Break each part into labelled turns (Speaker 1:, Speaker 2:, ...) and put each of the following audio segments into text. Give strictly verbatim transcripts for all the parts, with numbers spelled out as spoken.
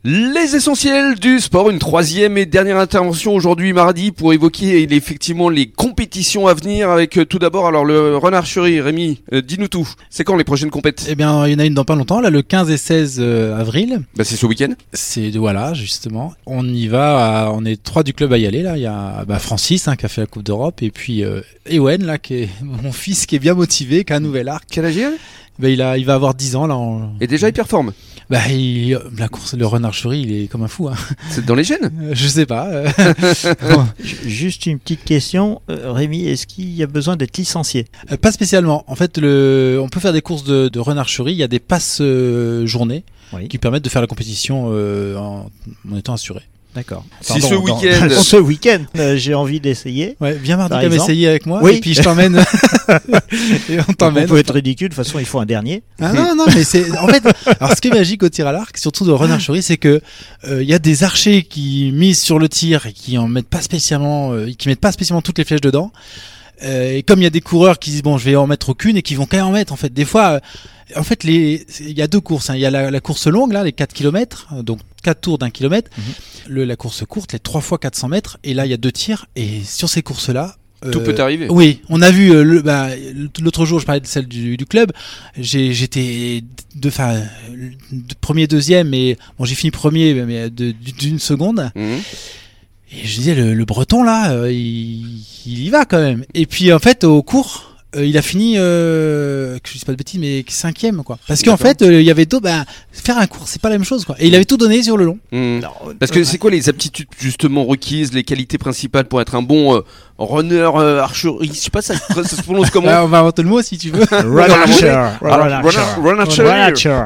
Speaker 1: Les essentiels du sport, une troisième et dernière intervention aujourd'hui mardi pour évoquer effectivement les compétitions à venir avec tout d'abord alors le Run Archery. Rémi, euh, dis-nous tout. C'est quand les prochaines compètes ?
Speaker 2: Eh bien, il y en a une dans pas longtemps, là, le quinze et seize avril.
Speaker 1: Bah c'est ce week-end.
Speaker 2: C'est voilà, justement. On y va. À, on est trois du club à y aller là. Il y a bah, Francis hein, qui a fait la Coupe d'Europe et puis euh, Ewen là qui est mon fils qui est bien motivé, qui a un nouvel arc.
Speaker 1: Quel âge il a ?
Speaker 2: Bah, il a, il va avoir dix ans là. En...
Speaker 1: Et déjà il performe.
Speaker 2: Bah, il, la course, le Run Archery, il est comme un fou. Hein.
Speaker 1: C'est dans les gènes ?
Speaker 2: euh, Je sais pas. Euh...
Speaker 3: Juste une petite question, euh, Rémi, est-ce qu'il y a besoin d'être licencié ?
Speaker 2: euh, Pas spécialement. En fait, le, on peut faire des courses de, de Run Archery. Il y a des passes euh, journées oui. qui permettent de faire la compétition euh, en, en étant assuré.
Speaker 3: D'accord.
Speaker 1: Si Pardon, ce week-end,
Speaker 3: dans, ce week-end, euh, j'ai envie d'essayer.
Speaker 2: Ouais, viens mardi quand même essayer avec moi.
Speaker 3: Oui.
Speaker 2: Et puis je t'emmène. et on t'emmène.
Speaker 3: On peut être ridicule. De toute façon, il faut un dernier.
Speaker 2: Ah non, non, mais c'est en fait. Alors, ce qui est magique au tir à l'arc, surtout de Run Archery, c'est que il euh, y a des archers qui misent sur le tir et qui en mettent pas spécialement, euh, qui mettent pas spécialement toutes les flèches dedans. Euh, et comme il y a des coureurs qui disent bon, je vais en mettre aucune et qui vont quand même en mettre. En fait, des fois. Euh, En fait, les, il y a deux courses. Hein. Il y a la, la course longue, là, les quatre kilomètres, donc quatre tours d'un kilomètre. Mm-hmm. Le, la course courte, les trois fois quatre cents mètres. Et là, il y a deux tirs. Et sur ces courses-là,
Speaker 1: tout euh, peut arriver.
Speaker 2: Oui, on a vu euh, le, bah, l'autre jour, je parlais de celle du, du club. J'ai, j'étais de, enfin, de premier, deuxième, et bon, j'ai fini premier, mais de, d'une seconde. Mm-hmm. Et je disais, le, le Breton là, euh, il, il y va quand même. Et puis en fait, au cours. Euh, il a fini, euh, que je dis pas de bêtises, mais cinquième, quoi. Parce qu'en fait, il euh, y avait d'autres, bah, faire un cours, c'est pas la même chose, quoi. Et il avait tout donné sur le long.
Speaker 1: Mmh. Non, Parce que euh, c'est quoi les aptitudes, justement, requises, les qualités principales pour être un bon, euh, runner, euh, archery, je sais pas, ça, ça se prononce comment?
Speaker 2: Ah, on va inventer le mot, si tu veux.
Speaker 3: Run archer.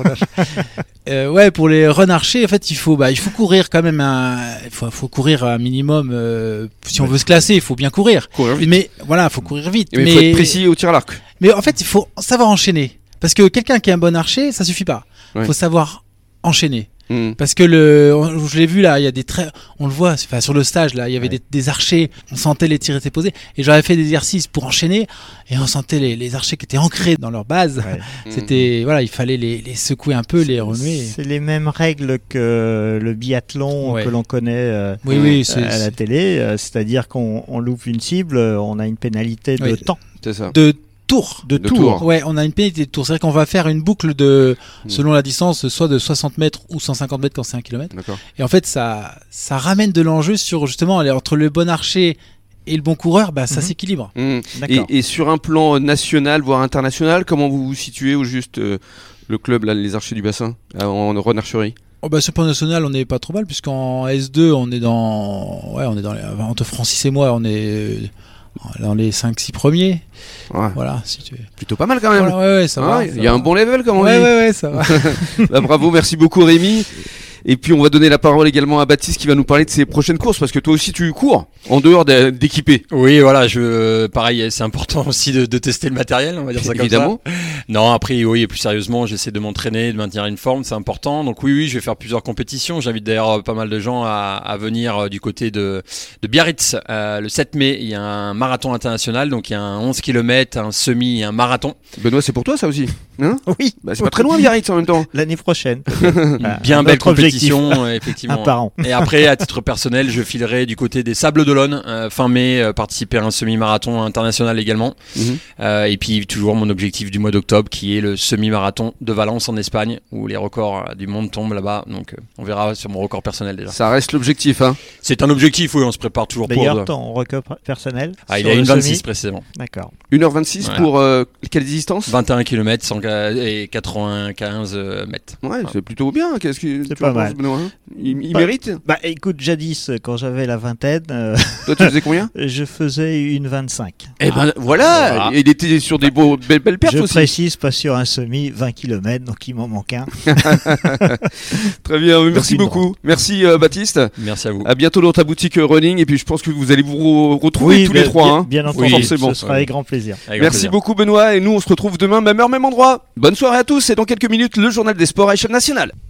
Speaker 2: Euh, ouais, pour les run archers, en fait, il faut, bah, il faut courir quand même un, il faut, faut courir un minimum, euh, si on veut se classer, il faut bien courir.
Speaker 1: Courir vite.
Speaker 2: Mais, voilà, il faut courir vite.
Speaker 1: Mais il faut être précis au tir à l'arc.
Speaker 2: Mais en fait, il faut savoir enchaîner. Parce que quelqu'un qui est un bon archer, ça suffit pas. Il ouais. faut savoir enchaîner. Mmh. Parce que le, on, je l'ai vu là, il y a des traits, on le voit, enfin sur le stage là, il y avait ouais. des, des archers, on sentait les tirs étaient posés, et j'avais fait des exercices pour enchaîner, et on sentait les, les archers qui étaient ancrés dans leur base. Ouais. C'était, mmh. voilà, il fallait les, les secouer un peu, les remuer.
Speaker 3: C'est les mêmes règles que le biathlon ouais. que l'on connaît euh,
Speaker 2: oui, oui,
Speaker 3: à la télé, euh, c'est-à-dire qu'on on loupe une cible, on a une pénalité de
Speaker 2: oui.
Speaker 3: temps.
Speaker 1: C'est ça.
Speaker 2: De tour
Speaker 1: de,
Speaker 2: de
Speaker 1: tour.
Speaker 2: tour. Ouais, on a une pénalité de tour. C'est-à-dire qu'on va faire une boucle de, mmh. selon la distance, soit de soixante mètres ou cent cinquante mètres quand c'est un kilomètre.
Speaker 1: D'accord.
Speaker 2: Et en fait, ça, ça ramène de l'enjeu sur, justement, entre le bon archer et le bon coureur, bah, ça mmh. s'équilibre.
Speaker 1: Mmh. Et, et sur un plan national, voire international, comment vous vous situez au juste, euh, le club, là, les archers du bassin, en Run Archery?
Speaker 2: Oh bah, sur le plan national, on n'est pas trop mal, puisqu'en S deux, on est dans, ouais, on est dans les, entre Francis et moi, on est dans les cinq six premiers.
Speaker 1: Ouais.
Speaker 2: Voilà, si tu veux.
Speaker 1: Plutôt pas mal quand même.
Speaker 2: Voilà, ouais, ouais, ça ah, va.
Speaker 1: Il y a va. un bon level, comme on
Speaker 2: ouais,
Speaker 1: dit.
Speaker 2: Ouais, ouais, ça va.
Speaker 1: Bah, bravo, merci beaucoup Rémi. Et puis on va donner la parole également à Baptiste qui va nous parler de ses prochaines courses, parce que toi aussi tu cours en dehors d'équiper.
Speaker 4: Oui, voilà, je pareil, c'est important aussi de, de tester le matériel, on va dire ça comme
Speaker 1: Évidemment.
Speaker 4: ça. Non, après oui, et plus sérieusement, j'essaie de m'entraîner, de maintenir une forme, c'est important. Donc oui, oui, je vais faire plusieurs compétitions. J'invite d'ailleurs pas mal de gens à, à venir du côté de, de Biarritz. Euh, le sept mai, il y a un marathon international, donc il y a un onze kilomètres, un semi et un marathon.
Speaker 1: Benoît, c'est pour toi ça aussi, hein?
Speaker 3: Oui.
Speaker 1: Bah, c'est pas très loin Biarritz en même temps.
Speaker 3: L'année prochaine.
Speaker 4: Une bien belle compétition. Effectivement.
Speaker 3: Un par an.
Speaker 4: Et après, à titre personnel, je filerai du côté des Sables d'Olonne euh, fin mai, euh, participer à un semi-marathon international également. Mm-hmm. Euh, et puis toujours mon objectif du mois d'octobre, qui est le semi-marathon de Valence en Espagne, où les records euh, du monde tombent là-bas. Donc, euh, on verra sur mon record personnel déjà.
Speaker 1: Ça reste l'objectif, hein.
Speaker 4: C'est un objectif, oui. On se prépare toujours
Speaker 3: D'ailleurs,
Speaker 4: pour.
Speaker 3: D'ailleurs, ton record personnel.
Speaker 4: Ah, il a une vingt-six précisément.
Speaker 3: D'accord.
Speaker 1: une heure vingt-six voilà. Pour euh, quelle distance?
Speaker 4: vingt et un kilomètres et quatre-vingt-quinze mètres.
Speaker 1: Ouais,
Speaker 4: voilà.
Speaker 1: C'est plutôt bien. Qu'est-ce que
Speaker 3: c'est pas mal.
Speaker 1: Benoît, hein il il
Speaker 3: bah,
Speaker 1: mérite.
Speaker 3: Bah écoute, jadis, quand j'avais la vingtaine. Euh,
Speaker 1: Toi, tu faisais combien?
Speaker 3: Je faisais une vingt-cinq.
Speaker 1: Eh ben voilà, voilà. Il était sur des beaux, belles, belles pertes
Speaker 3: je
Speaker 1: aussi.
Speaker 3: Je précise, pas sur un semi, vingt kilomètres, donc il m'en manque un.
Speaker 1: Très bien, merci, merci beaucoup. Merci euh, Baptiste.
Speaker 4: Merci à vous.
Speaker 1: À bientôt dans ta boutique euh, Running, et puis je pense que vous allez vous retrouver
Speaker 3: oui,
Speaker 1: tous
Speaker 3: bien,
Speaker 1: les trois.
Speaker 3: Bien,
Speaker 1: hein.
Speaker 3: bien entendu,
Speaker 1: forcément.
Speaker 3: Ce sera avec grand plaisir.
Speaker 4: Avec
Speaker 1: merci
Speaker 4: grand plaisir.
Speaker 1: beaucoup Benoît, et nous on se retrouve demain, même heure, même endroit. Bonne soirée à tous, et dans quelques minutes, le journal des sports à échelle nationale.